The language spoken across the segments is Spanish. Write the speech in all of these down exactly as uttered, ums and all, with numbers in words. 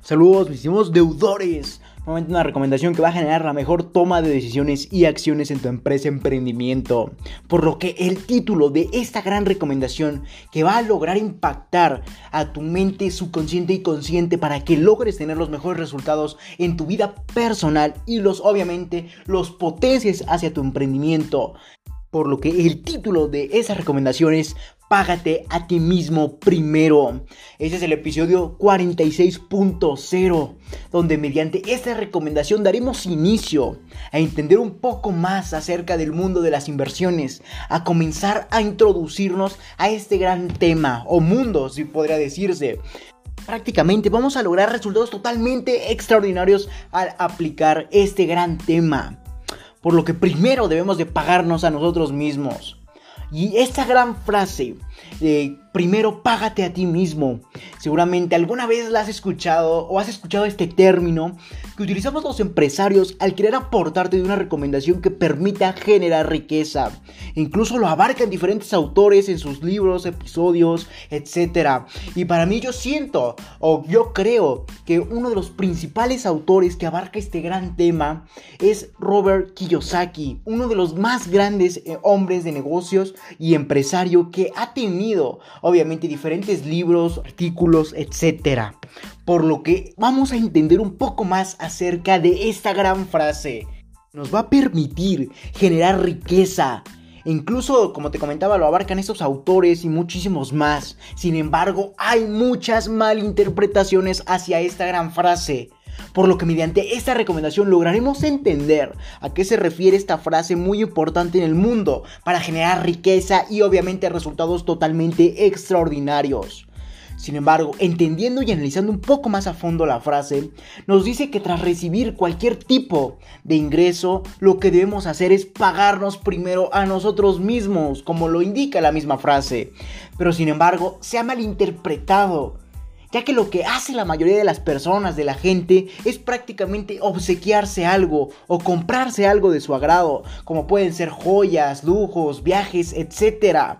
Saludos, mis estimados deudores. Nuevamente una recomendación que va a generar la mejor toma de decisiones y acciones en tu empresa emprendimiento. Por lo que el título de esta gran recomendación que va a lograr impactar a tu mente subconsciente y consciente para que logres tener los mejores resultados en tu vida personal y los obviamente los potencies hacia tu emprendimiento. Por lo que el título de esa recomendación es Págate a ti mismo primero. Ese es el episodio cuarenta y seis punto cero, donde mediante esta recomendación daremos inicio a entender un poco más acerca del mundo de las inversiones, a comenzar a introducirnos a este gran tema, o mundo, si podría decirse. Prácticamente vamos a lograr resultados totalmente extraordinarios al aplicar este gran tema. Por lo que primero debemos de pagarnos a nosotros mismos. Y esta gran frase, eh, primero págate a ti mismo, seguramente alguna vez la has escuchado o has escuchado este término que utilizamos los empresarios al querer aportarte de una recomendación que permita generar riqueza. Incluso lo abarcan diferentes autores en sus libros, episodios, etcétera. Y para mí yo siento o yo creo que uno de los principales autores que abarca este gran tema es Robert Kiyosaki, uno de los más grandes eh, hombres de negocios y empresario que ha tenido obviamente diferentes libros, artículos, etcétera. Por lo que vamos a entender un poco más acerca de esta gran frase. Nos va a permitir generar riqueza. Incluso, como te comentaba, lo abarcan estos autores y muchísimos más. Sin embargo, hay muchas malinterpretaciones hacia esta gran frase. Por lo que mediante esta recomendación lograremos entender a qué se refiere esta frase muy importante en el mundo para generar riqueza y obviamente resultados totalmente extraordinarios. Sin embargo, entendiendo y analizando un poco más a fondo la frase, nos dice que tras recibir cualquier tipo de ingreso, lo que debemos hacer es pagarnos primero a nosotros mismos, como lo indica la misma frase. Pero sin embargo, se ha malinterpretado, ya que lo que hace la mayoría de las personas, de la gente, es prácticamente obsequiarse algo o comprarse algo de su agrado, como pueden ser joyas, lujos, viajes, etcétera.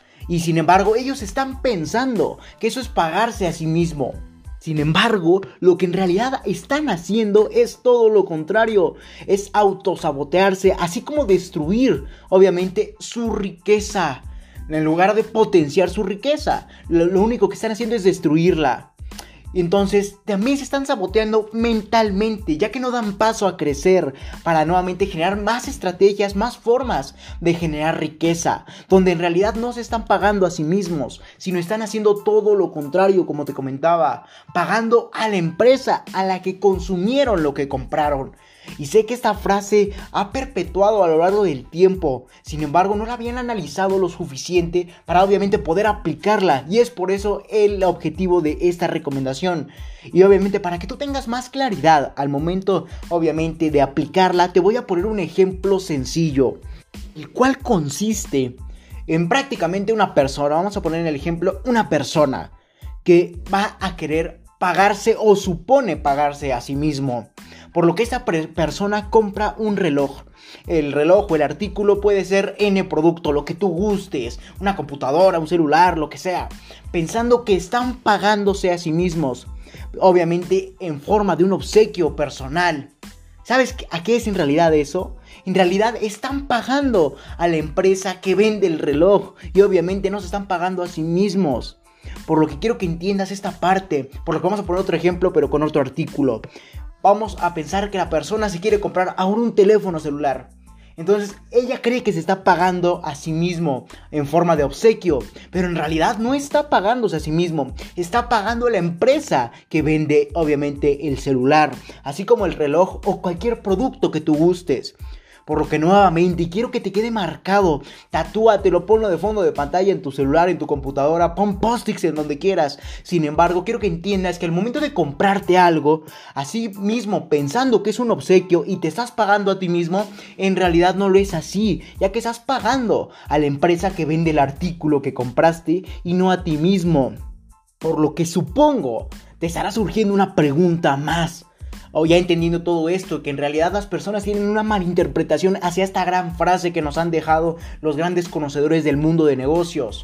Y sin embargo, ellos están pensando que eso es pagarse a sí mismo. Sin embargo, lo que en realidad están haciendo es todo lo contrario, es autosabotearse, así como destruir, obviamente, su riqueza. En lugar de potenciar su riqueza, lo, lo único que están haciendo es destruirla. Entonces también se están saboteando mentalmente, ya que no dan paso a crecer para nuevamente generar más estrategias, más formas de generar riqueza, donde en realidad no se están pagando a sí mismos, sino están haciendo todo lo contrario, como te comentaba, pagando a la empresa a la que consumieron lo que compraron. Y sé que esta frase ha perpetuado a lo largo del tiempo, sin embargo no la habían analizado lo suficiente para obviamente poder aplicarla, y es por eso el objetivo de esta recomendación. Y obviamente para que tú tengas más claridad al momento obviamente de aplicarla, te voy a poner un ejemplo sencillo, el cual consiste en prácticamente una persona, vamos a poner en el ejemplo una persona que va a querer pagarse o supone pagarse a sí mismo. Por lo que esta pre- persona compra un reloj. El reloj o el artículo puede ser N producto, lo que tú gustes, una computadora, un celular, lo que sea, pensando que están pagándose a sí mismos, obviamente en forma de un obsequio personal. ¿Sabes a qué es en realidad eso? En realidad están pagando a la empresa que vende el reloj y obviamente no se están pagando a sí mismos. Por lo que quiero que entiendas esta parte, por lo que vamos a poner otro ejemplo pero con otro artículo. Vamos a pensar que la persona se quiere comprar ahora un teléfono celular. Entonces ella cree que se está pagando a sí mismo en forma de obsequio, pero en realidad no está pagándose a sí mismo, está pagando a la empresa que vende obviamente el celular, así como el reloj o cualquier producto que tú gustes. Por lo que nuevamente quiero que te quede marcado, tatúatelo, ponlo de fondo de pantalla en tu celular, en tu computadora, pon post-its en donde quieras. Sin embargo, quiero que entiendas que al momento de comprarte algo, así mismo pensando que es un obsequio y te estás pagando a ti mismo, en realidad no lo es así, ya que estás pagando a la empresa que vende el artículo que compraste y no a ti mismo. Por lo que supongo, te estará surgiendo una pregunta más. O ya entendiendo todo esto, que en realidad las personas tienen una malinterpretación hacia esta gran frase que nos han dejado los grandes conocedores del mundo de negocios.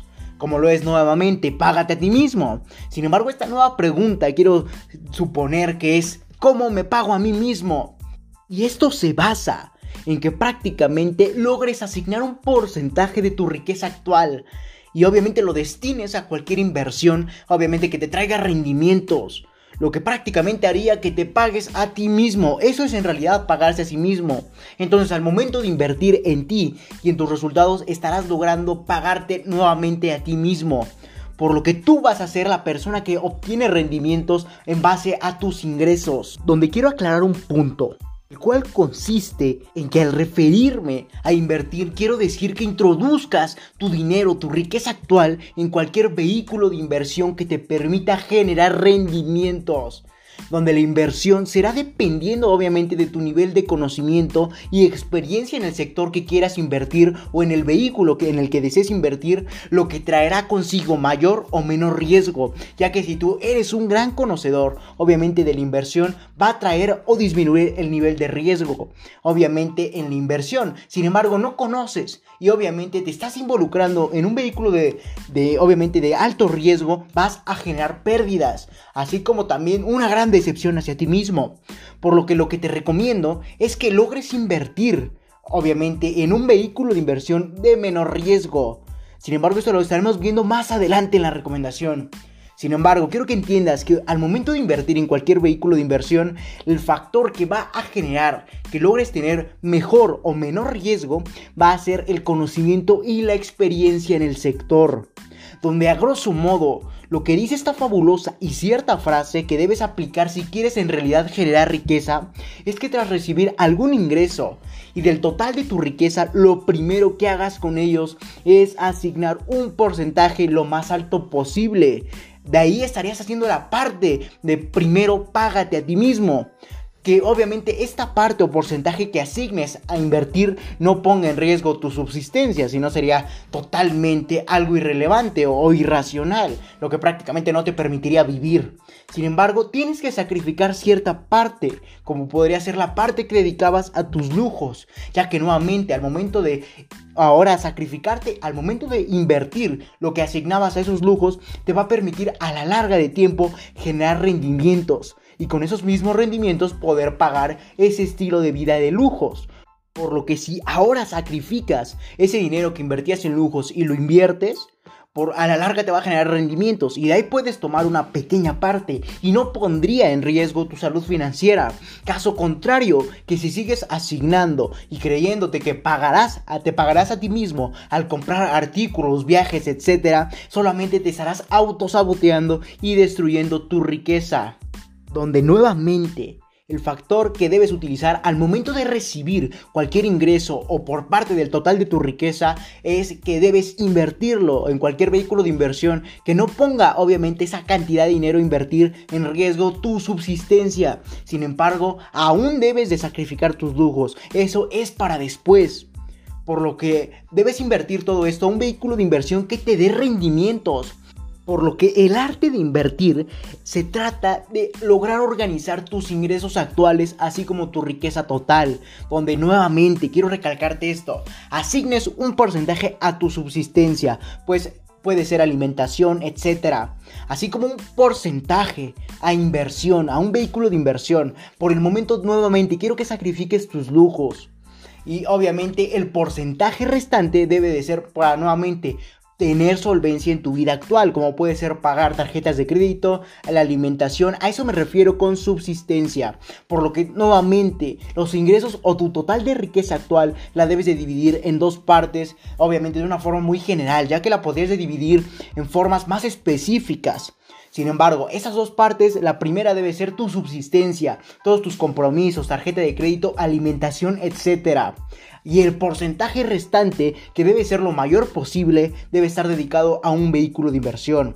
como lo es nuevamente, págate a ti mismo. Sin embargo, esta nueva pregunta quiero suponer que es, ¿cómo me pago a mí mismo? Y esto se basa en que prácticamente logres asignar un porcentaje de tu riqueza actual y obviamente lo destines a cualquier inversión, obviamente que te traiga rendimientos, lo que prácticamente haría que te pagues a ti mismo. Eso es en realidad pagarse a sí mismo. Entonces, al momento de invertir en ti y en tus resultados, estarás logrando pagarte nuevamente a ti mismo, por lo que tú vas a ser la persona que obtiene rendimientos en base a tus ingresos. Donde quiero aclarar un punto, el cual consiste en que al referirme a invertir quiero decir que introduzcas tu dinero, tu riqueza actual en cualquier vehículo de inversión que te permita generar rendimientos, donde la inversión será dependiendo obviamente de tu nivel de conocimiento y experiencia en el sector que quieras invertir o en el vehículo que, en el que desees invertir, lo que traerá consigo mayor o menor riesgo, ya que si tú eres un gran conocedor obviamente de la inversión, va a traer o disminuir el nivel de riesgo obviamente en la inversión. Sin embargo, no conoces y obviamente te estás involucrando en un vehículo de, de obviamente de alto riesgo, vas a generar pérdidas, así como también una gran decepción hacia ti mismo. Por lo que lo que te recomiendo es que logres invertir obviamente en un vehículo de inversión de menor riesgo. Sin embargo, esto lo estaremos viendo más adelante en la recomendación. Sin embargo, quiero que entiendas que al momento de invertir en cualquier vehículo de inversión, el factor que va a generar que logres tener mejor o menor riesgo va a ser el conocimiento y la experiencia en el sector, donde a grosso modo lo que dice esta fabulosa y cierta frase que debes aplicar si quieres en realidad generar riqueza es que tras recibir algún ingreso y del total de tu riqueza, lo primero que hagas con ellos es asignar un porcentaje lo más alto posible. De ahí estarías haciendo la parte de primero págate a ti mismo. Que obviamente esta parte o porcentaje que asignes a invertir no ponga en riesgo tu subsistencia, sino sería totalmente algo irrelevante o, o irracional, lo que prácticamente no te permitiría vivir. Sin embargo, tienes que sacrificar cierta parte, como podría ser la parte que dedicabas a tus lujos, ya que nuevamente al momento de ahora sacrificarte, al momento de invertir lo que asignabas a esos lujos, te va a permitir a la larga de tiempo generar rendimientos. Y con esos mismos rendimientos poder pagar ese estilo de vida de lujos. Por lo que si ahora sacrificas ese dinero que invertías en lujos y lo inviertes, por, a la larga te va a generar rendimientos. Y de ahí puedes tomar una pequeña parte y no pondría en riesgo tu salud financiera. Caso contrario, que si sigues asignando y creyéndote que pagarás, te pagarás a ti mismo al comprar artículos, viajes, etcétera, solamente te estarás autosaboteando y destruyendo tu riqueza. Donde nuevamente el factor que debes utilizar al momento de recibir cualquier ingreso o por parte del total de tu riqueza es que debes invertirlo en cualquier vehículo de inversión que no ponga obviamente esa cantidad de dinero a invertir en riesgo tu subsistencia. Sin embargo, aún debes de sacrificar tus lujos. Eso es para después. Por lo que debes invertir todo esto a un vehículo de inversión que te dé rendimientos. Por lo que el arte de invertir se trata de lograr organizar tus ingresos actuales así como tu riqueza total, donde nuevamente quiero recalcarte esto, asignes un porcentaje a tu subsistencia, pues puede ser alimentación, etcétera, así como un porcentaje a inversión, a un vehículo de inversión. Por el momento nuevamente quiero que sacrifiques tus lujos y obviamente el porcentaje restante debe de ser para nuevamente tener solvencia en tu vida actual, como puede ser pagar tarjetas de crédito, la alimentación. A eso me refiero con subsistencia. Por lo que nuevamente los ingresos o tu total de riqueza actual la debes de dividir en dos partes, obviamente de una forma muy general, ya que la podrías de dividir en formas más específicas. Sin embargo, esas dos partes, la primera debe ser tu subsistencia, todos tus compromisos, tarjeta de crédito, alimentación, etcétera. Y el porcentaje restante, que debe ser lo mayor posible, debe estar dedicado a un vehículo de inversión.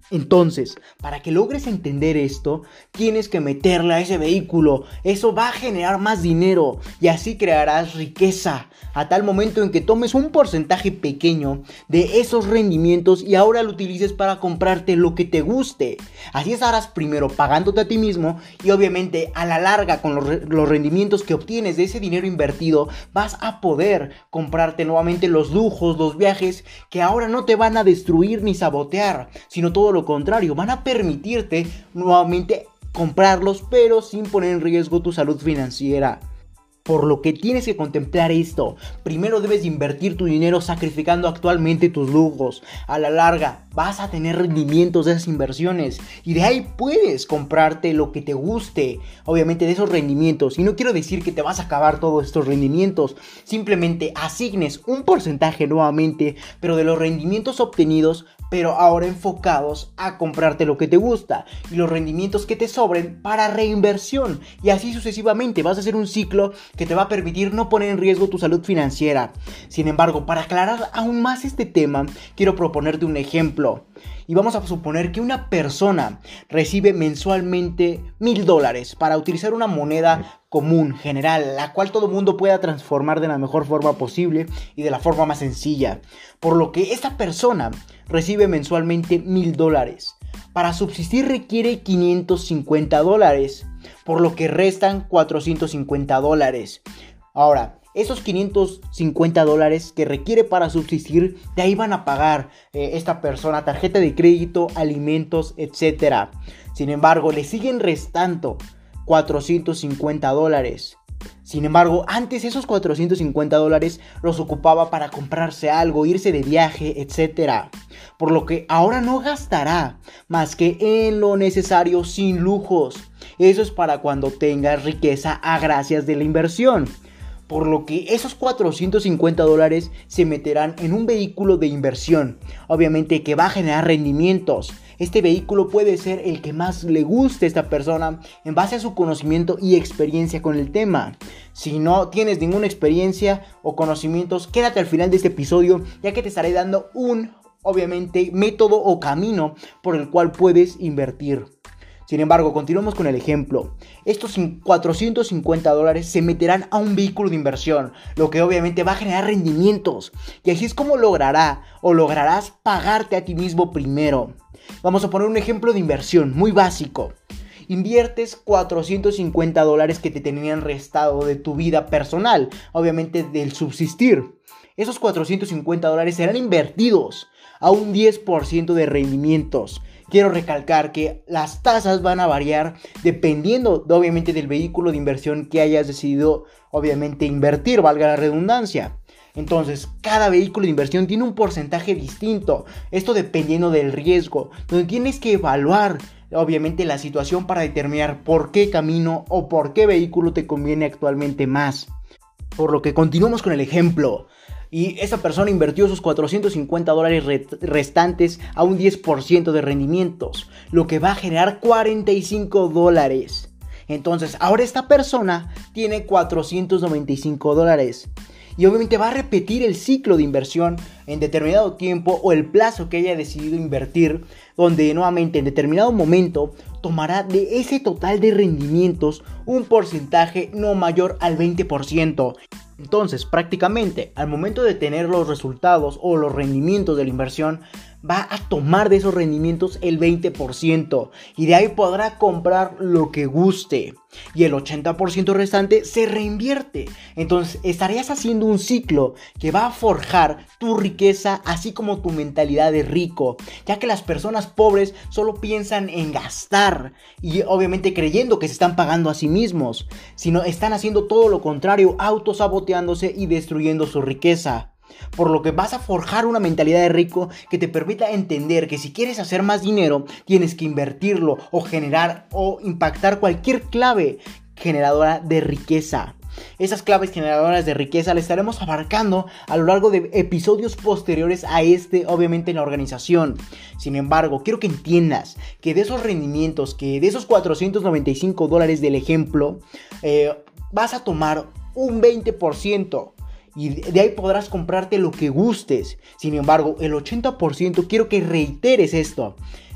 Entonces, para que logres entender esto, tienes que meterle a ese vehículo. Eso va a generar más dinero y así crearás riqueza a tal momento en que tomes un porcentaje pequeño de esos rendimientos y ahora lo utilices para comprarte lo que te guste. Así estarás primero pagándote a ti mismo y obviamente a la larga con los, re- los rendimientos que obtienes de ese dinero invertido vas a poder comprarte nuevamente los lujos, los viajes que ahora no te van a destruir ni sabotear, sino todo lo contrario, van a permitirte nuevamente comprarlos, pero sin poner en riesgo tu salud financiera. Por lo que tienes que contemplar esto. Primero debes invertir tu dinero sacrificando actualmente tus lujos. A la larga vas a tener rendimientos de esas inversiones y de ahí puedes comprarte lo que te guste, obviamente de esos rendimientos. Y no quiero decir que te vas a acabar todos estos rendimientos, simplemente asignes un porcentaje nuevamente, pero de los rendimientos obtenidos, pero ahora enfocados a comprarte lo que te gusta y los rendimientos que te sobren para reinversión, y así sucesivamente. Vas a hacer un ciclo que te va a permitir no poner en riesgo tu salud financiera. Sin embargo, para aclarar aún más este tema, quiero proponerte un ejemplo. Y vamos a suponer que una persona recibe mensualmente mil dólares para utilizar una moneda común, general, la cual todo mundo pueda transformar de la mejor forma posible y de la forma más sencilla. Por lo que esta persona recibe mensualmente mil dólares. Para subsistir requiere quinientos cincuenta dólares, por lo que restan cuatrocientos cincuenta dólares. Ahora, esos quinientos cincuenta dólares que requiere para subsistir, de ahí van a pagar eh, esta persona tarjeta de crédito, alimentos, etcétera. Sin embargo, le siguen restando cuatrocientos cincuenta dólares. Sin embargo, antes esos cuatrocientos cincuenta dólares los ocupaba para comprarse algo, irse de viaje, etcétera. Por lo que ahora no gastará más que en lo necesario sin lujos. Eso es para cuando tengas riqueza a gracias de la inversión. Por lo que esos cuatrocientos cincuenta dólares se meterán en un vehículo de inversión, obviamente que va a generar rendimientos. Este vehículo puede ser el que más le guste a esta persona en base a su conocimiento y experiencia con el tema. Si no tienes ninguna experiencia o conocimientos, quédate al final de este episodio, ya que te estaré dando un, obviamente, método o camino por el cual puedes invertir. Sin embargo, continuamos con el ejemplo. Estos cuatrocientos cincuenta dólares se meterán a un vehículo de inversión, lo que obviamente va a generar rendimientos. Y así es como logrará o lograrás pagarte a ti mismo primero. Vamos a poner un ejemplo de inversión muy básico. Inviertes cuatrocientos cincuenta dólares que te tenían restado de tu vida personal, obviamente del subsistir. Esos cuatrocientos cincuenta dólares serán invertidos a un diez por ciento de rendimientos. Quiero recalcar que las tasas van a variar dependiendo de, obviamente, del vehículo de inversión que hayas decidido obviamente invertir, valga la redundancia. Entonces, cada vehículo de inversión tiene un porcentaje distinto, esto dependiendo del riesgo, donde tienes que evaluar obviamente la situación para determinar por qué camino o por qué vehículo te conviene actualmente más. Por lo que continuamos con el ejemplo. Y esa persona invirtió sus cuatrocientos cincuenta dólares re- restantes a un diez por ciento de rendimientos, lo que va a generar cuarenta y cinco dólares. Entonces, ahora esta persona tiene cuatrocientos noventa y cinco dólares. Y obviamente va a repetir el ciclo de inversión en determinado tiempo o el plazo que haya decidido invertir, donde nuevamente en determinado momento tomará de ese total de rendimientos un porcentaje no mayor al veinte por ciento. Entonces, prácticamente, al momento de tener los resultados o los rendimientos de la inversión, va a tomar de esos rendimientos el veinte por ciento y de ahí podrá comprar lo que guste. Y el ochenta por ciento restante se reinvierte. Entonces, estarías haciendo un ciclo que va a forjar tu riqueza, así como tu mentalidad de rico, ya que las personas pobres solo piensan en gastar y obviamente creyendo que se están pagando a sí mismos, sino están haciendo todo lo contrario, autosaboteándose y destruyendo su riqueza. Por lo que vas a forjar una mentalidad de rico que te permita entender que si quieres hacer más dinero, tienes que invertirlo o generar o impactar cualquier clave generadora de riqueza. Esas claves generadoras de riqueza las estaremos abarcando a lo largo de episodios posteriores a este, obviamente en la organización. Sin embargo, quiero que entiendas que de esos rendimientos, que de esos cuatrocientos noventa y cinco dólares del ejemplo, eh, vas a tomar un veinte por ciento. Y de ahí podrás comprarte lo que gustes. Sin embargo, el ochenta por ciento, quiero que reiteres esto.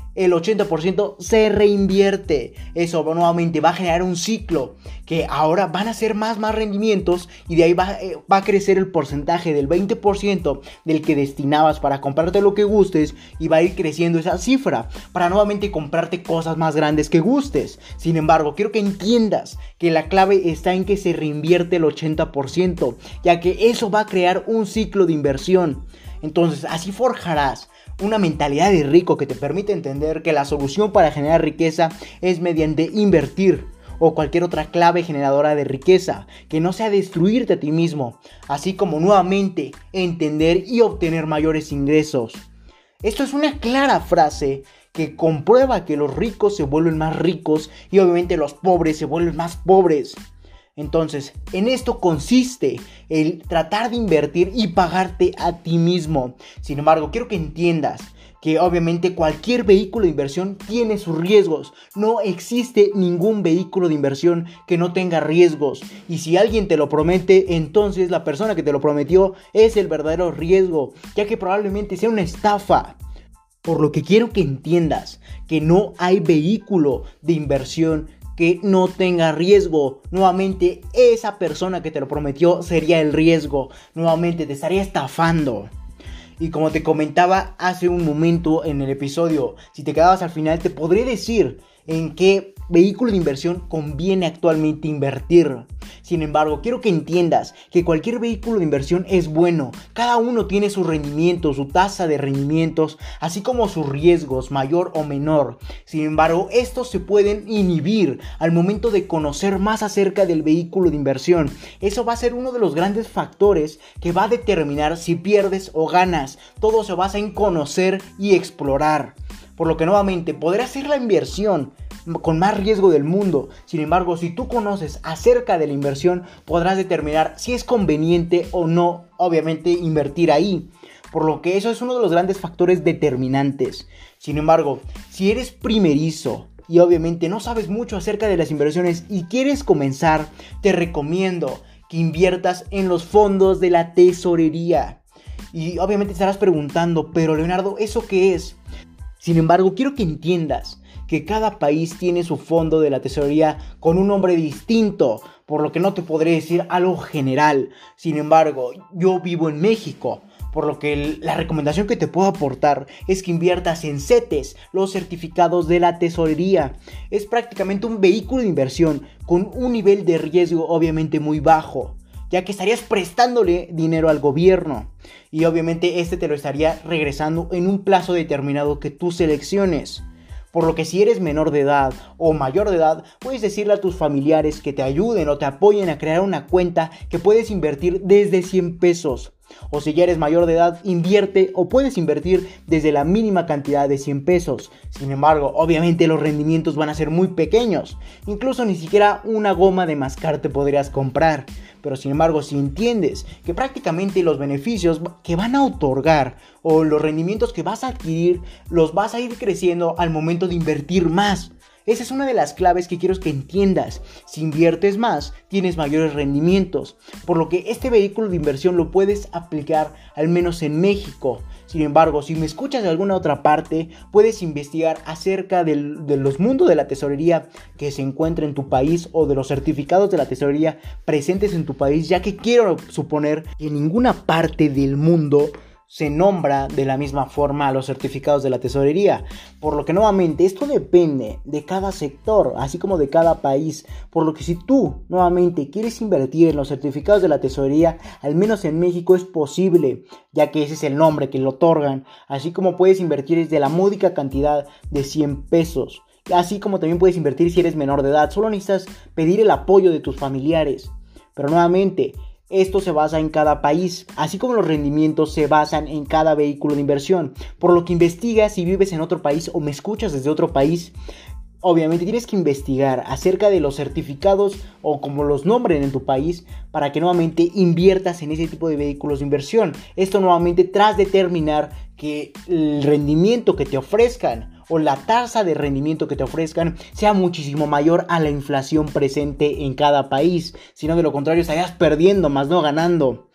el ochenta por ciento se reinvierte. Eso nuevamente va a generar un ciclo que ahora van a ser más, más rendimientos y de ahí va, eh, va a crecer el porcentaje del veinte por ciento del que destinabas para comprarte lo que gustes y va a ir creciendo esa cifra para nuevamente comprarte cosas más grandes que gustes. Sin embargo, quiero que entiendas que la clave está en que se reinvierte el ochenta por ciento, ya que eso va a crear un ciclo de inversión. Entonces, así forjarás una mentalidad de rico que te permite entender que la solución para generar riqueza es mediante invertir o cualquier otra clave generadora de riqueza, que no sea destruirte a ti mismo, así como nuevamente entender y obtener mayores ingresos. Esto es una clara frase que comprueba que los ricos se vuelven más ricos y obviamente los pobres se vuelven más pobres. Entonces, en esto consiste el tratar de invertir y pagarte a ti mismo. Sin embargo, quiero que entiendas que obviamente cualquier vehículo de inversión tiene sus riesgos. No existe ningún vehículo de inversión que no tenga riesgos. Y si alguien te lo promete, entonces la persona que te lo prometió es el verdadero riesgo, ya que probablemente sea una estafa. Por lo que quiero que entiendas que no hay vehículo de inversión que no tenga riesgo. Nuevamente, esa persona que te lo prometió sería el riesgo. Nuevamente, te estaría estafando. Y como te comentaba hace un momento en el episodio, si te quedabas al final, te podré decir en qué vehículo de inversión conviene actualmente invertir. Sin embargo, quiero que entiendas que cualquier vehículo de inversión es bueno. Cada uno tiene su rendimiento, su tasa de rendimientos, así como sus riesgos, mayor o menor. Sin embargo, estos se pueden inhibir al momento de conocer más acerca del vehículo de inversión. Eso va a ser uno de los grandes factores que va a determinar si pierdes o ganas. Todo se basa en conocer y explorar. Por lo que nuevamente podrás hacer la inversión con más riesgo del mundo. Sin embargo, si tú conoces acerca de la inversión, podrás determinar si es conveniente o no, obviamente, invertir ahí. Por lo que eso es uno de los grandes factores determinantes. Sin embargo, si eres primerizo y obviamente no sabes mucho acerca de las inversiones y quieres comenzar, te recomiendo que inviertas en los fondos de la tesorería. Y obviamente estarás preguntando, pero Leonardo, ¿eso qué es? Sin embargo, quiero que entiendas que cada país tiene su fondo de la tesorería con un nombre distinto, por lo que no te podré decir algo general. Sin embargo, yo vivo en México, por lo que el, la recomendación que te puedo aportar es que inviertas en CETES, los certificados de la tesorería. Es prácticamente un vehículo de inversión con un nivel de riesgo obviamente muy bajo, ya que estarías prestándole dinero al gobierno y obviamente este te lo estaría regresando en un plazo determinado que tú selecciones. Por lo que si eres menor de edad o mayor de edad, puedes decirle a tus familiares que te ayuden o te apoyen a crear una cuenta que puedes invertir desde cien pesos. O si ya eres mayor de edad, invierte o puedes invertir desde la mínima cantidad de cien pesos. Sin embargo, obviamente los rendimientos van a ser muy pequeños. Incluso ni siquiera una goma de mascar te podrías comprar. Pero sin embargo, si entiendes que prácticamente los beneficios que van a otorgar o los rendimientos que vas a adquirir los vas a ir creciendo al momento de invertir más. Esa es una de las claves que quiero que entiendas. Si inviertes más, tienes mayores rendimientos. Por lo que este vehículo de inversión lo puedes aplicar al menos en México. Sin embargo, si me escuchas de alguna otra parte, puedes investigar acerca del, de los mundos de la tesorería que se encuentra en tu país o de los certificados de la tesorería presentes en tu país, ya que quiero suponer que en ninguna parte del mundo se nombra de la misma forma a los certificados de la tesorería, por lo que nuevamente esto depende de cada sector, así como de cada país, por lo que si tú nuevamente quieres invertir en los certificados de la tesorería, al menos en México es posible, ya que ese es el nombre que le otorgan, así como puedes invertir desde la módica cantidad de cien pesos, así como también puedes invertir si eres menor de edad, solo necesitas pedir el apoyo de tus familiares, pero nuevamente esto se basa en cada país, así como los rendimientos se basan en cada vehículo de inversión. Por lo que investigas si vives en otro país o me escuchas desde otro país. Obviamente tienes que investigar acerca de los certificados o como los nombren en tu país para que nuevamente inviertas en ese tipo de vehículos de inversión. Esto nuevamente tras determinar que el rendimiento que te ofrezcan o la tasa de rendimiento que te ofrezcan sea muchísimo mayor a la inflación presente en cada país. Si no, de lo contrario estarías perdiendo más no ganando.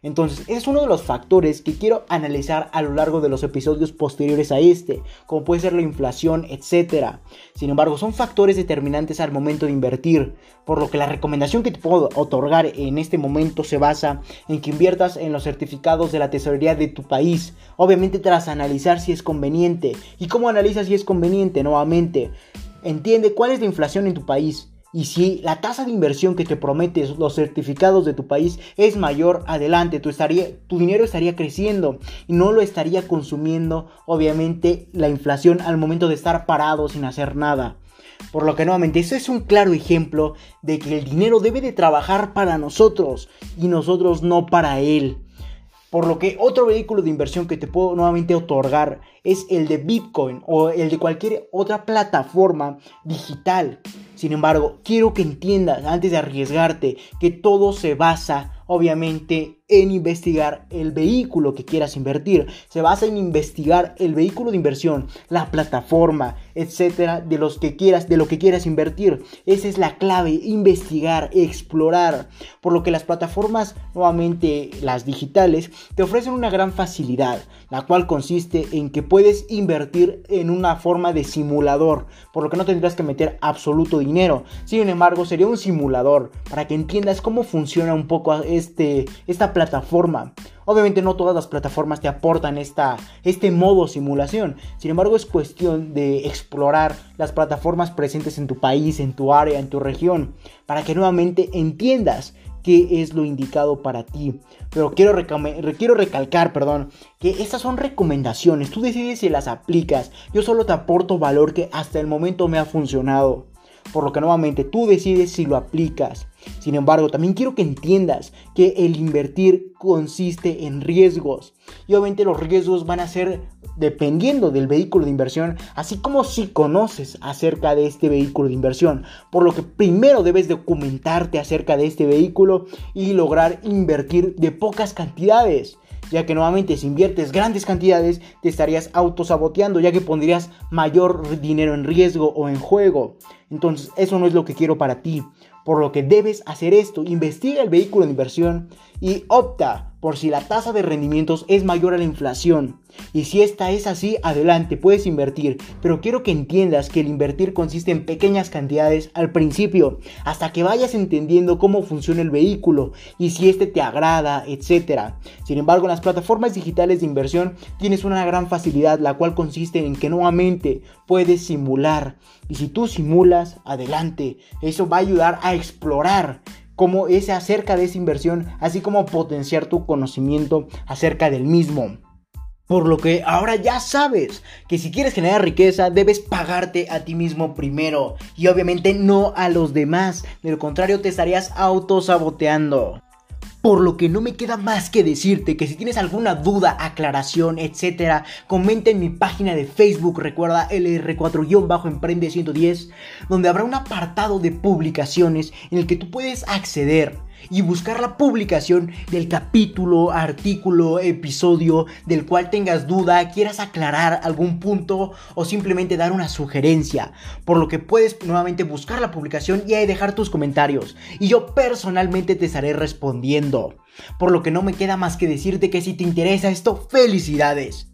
Entonces, ese es uno de los factores que quiero analizar a lo largo de los episodios posteriores a este, como puede ser la inflación, etcétera. Sin embargo, son factores determinantes al momento de invertir, por lo que la recomendación que te puedo otorgar en este momento se basa en que inviertas en los certificados de la tesorería de tu país, obviamente tras analizar si es conveniente. ¿Y cómo analizas si es conveniente? Nuevamente, entiende cuál es la inflación en tu país. Y si la tasa de inversión que te prometes los certificados de tu país es mayor, adelante, tu, estaría, tu dinero estaría creciendo y no lo estaría consumiendo, obviamente, la inflación al momento de estar parado sin hacer nada. Por lo que nuevamente, eso es un claro ejemplo de que el dinero debe de trabajar para nosotros y nosotros no para él. Por lo que otro vehículo de inversión que te puedo nuevamente otorgar es el de Bitcoin o el de cualquier otra plataforma digital. Sin embargo, quiero que entiendas antes de arriesgarte que todo se basa obviamente en investigar el vehículo que quieras invertir. Se basa en investigar el vehículo de inversión, la plataforma, etcétera, de los que quieras, de lo que quieras invertir. Esa es la clave, investigar, explorar. Por lo que las plataformas, nuevamente las digitales, te ofrecen una gran facilidad, la cual consiste en que puedes invertir en una forma de simulador, por lo que no tendrás que meter absoluto dinero. Sin embargo, sería un simulador para que entiendas cómo funciona un poco este, esta plataforma. Obviamente no todas las plataformas te aportan esta, este modo simulación. Sin embargo, es cuestión de explorar las plataformas presentes en tu país, en tu área, en tu región, para que nuevamente entiendas qué es lo indicado para ti. Pero quiero, recom- quiero recalcar, perdón, que estas son recomendaciones. Tú decides si las aplicas. Yo solo te aporto valor que hasta el momento me ha funcionado. Por lo que nuevamente tú decides si lo aplicas. Sin embargo, también quiero que entiendas que el invertir consiste en riesgos. Y obviamente los riesgos van a ser dependiendo del vehículo de inversión, así como si conoces acerca de este vehículo de inversión. Por lo que primero debes documentarte acerca de este vehículo y lograr invertir de pocas cantidades. Ya que nuevamente si inviertes grandes cantidades te estarías autosaboteando, ya que pondrías mayor dinero en riesgo o en juego. Entonces eso no es lo que quiero para ti. Por lo que debes hacer esto, investiga el vehículo de inversión y opta por si la tasa de rendimientos es mayor a la inflación. Y si esta es así, adelante, puedes invertir. Pero quiero que entiendas que el invertir consiste en pequeñas cantidades al principio, hasta que vayas entendiendo cómo funciona el vehículo y si este te agrada, etcétera. Sin embargo, en las plataformas digitales de inversión tienes una gran facilidad, la cual consiste en que nuevamente puedes simular. Y si tú simulas, adelante. Eso va a ayudar a explorar cómo es acerca de esa inversión, así como potenciar tu conocimiento acerca del mismo. Por lo que ahora ya sabes que si quieres generar riqueza debes pagarte a ti mismo primero y obviamente no a los demás, de lo contrario te estarías autosaboteando. Por lo que no me queda más que decirte que si tienes alguna duda, aclaración, etcétera, comenta en mi página de Facebook, recuerda L R cuatro Emprende ciento diez, donde habrá un apartado de publicaciones en el que tú puedes acceder y buscar la publicación del capítulo, artículo, episodio del cual tengas duda, quieras aclarar algún punto o simplemente dar una sugerencia. Por lo que puedes nuevamente buscar la publicación y ahí dejar tus comentarios. Y yo personalmente te estaré respondiendo. Por lo que no me queda más que decirte que si te interesa esto, ¡felicidades!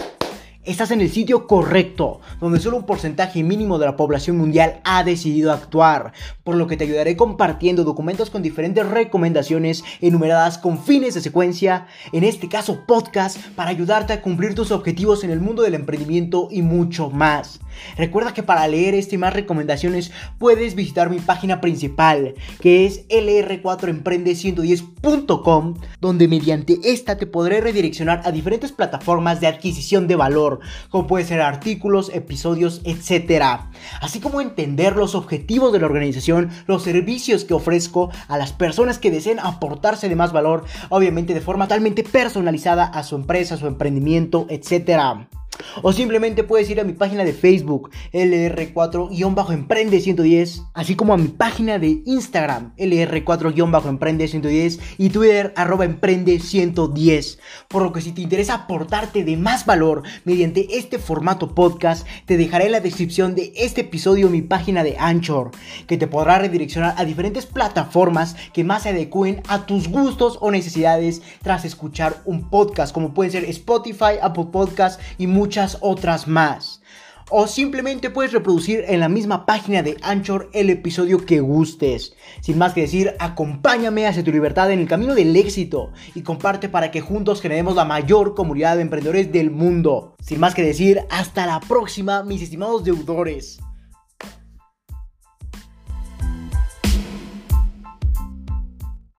Estás en el sitio correcto, donde solo un porcentaje mínimo de la población mundial ha decidido actuar, por lo que te ayudaré compartiendo documentos con diferentes recomendaciones enumeradas con fines de secuencia, en este caso podcast, para ayudarte a cumplir tus objetivos en el mundo del emprendimiento y mucho más. Recuerda que para leer este y más recomendaciones puedes visitar mi página principal, que es L R cuatro emprende ciento diez punto com, donde mediante esta te podré redireccionar a diferentes plataformas de adquisición de valor, como puede ser artículos, episodios, etcétera. Así como entender los objetivos de la organización, los servicios que ofrezco a las personas que deseen aportarse de más valor, obviamente de forma totalmente personalizada a su empresa, a su emprendimiento, etcétera. O simplemente puedes ir a mi página de Facebook, L R cuatro Emprende ciento diez, así como a mi página de Instagram, L R cuatro Emprende ciento diez, y Twitter, arroba Emprende ciento diez. Por lo que si te interesa aportarte de más valor mediante este formato podcast, te dejaré en la descripción de este episodio mi página de Anchor, que te podrá redireccionar a diferentes plataformas que más se adecúen a tus gustos o necesidades tras escuchar un podcast, como pueden ser Spotify, Apple Podcasts y muchas otras más. O simplemente puedes reproducir en la misma página de Anchor el episodio que gustes. Sin más que decir, acompáñame hacia tu libertad en el camino del éxito y comparte para que juntos generemos la mayor comunidad de emprendedores del mundo. Sin más que decir, hasta la próxima, mis estimados deudores.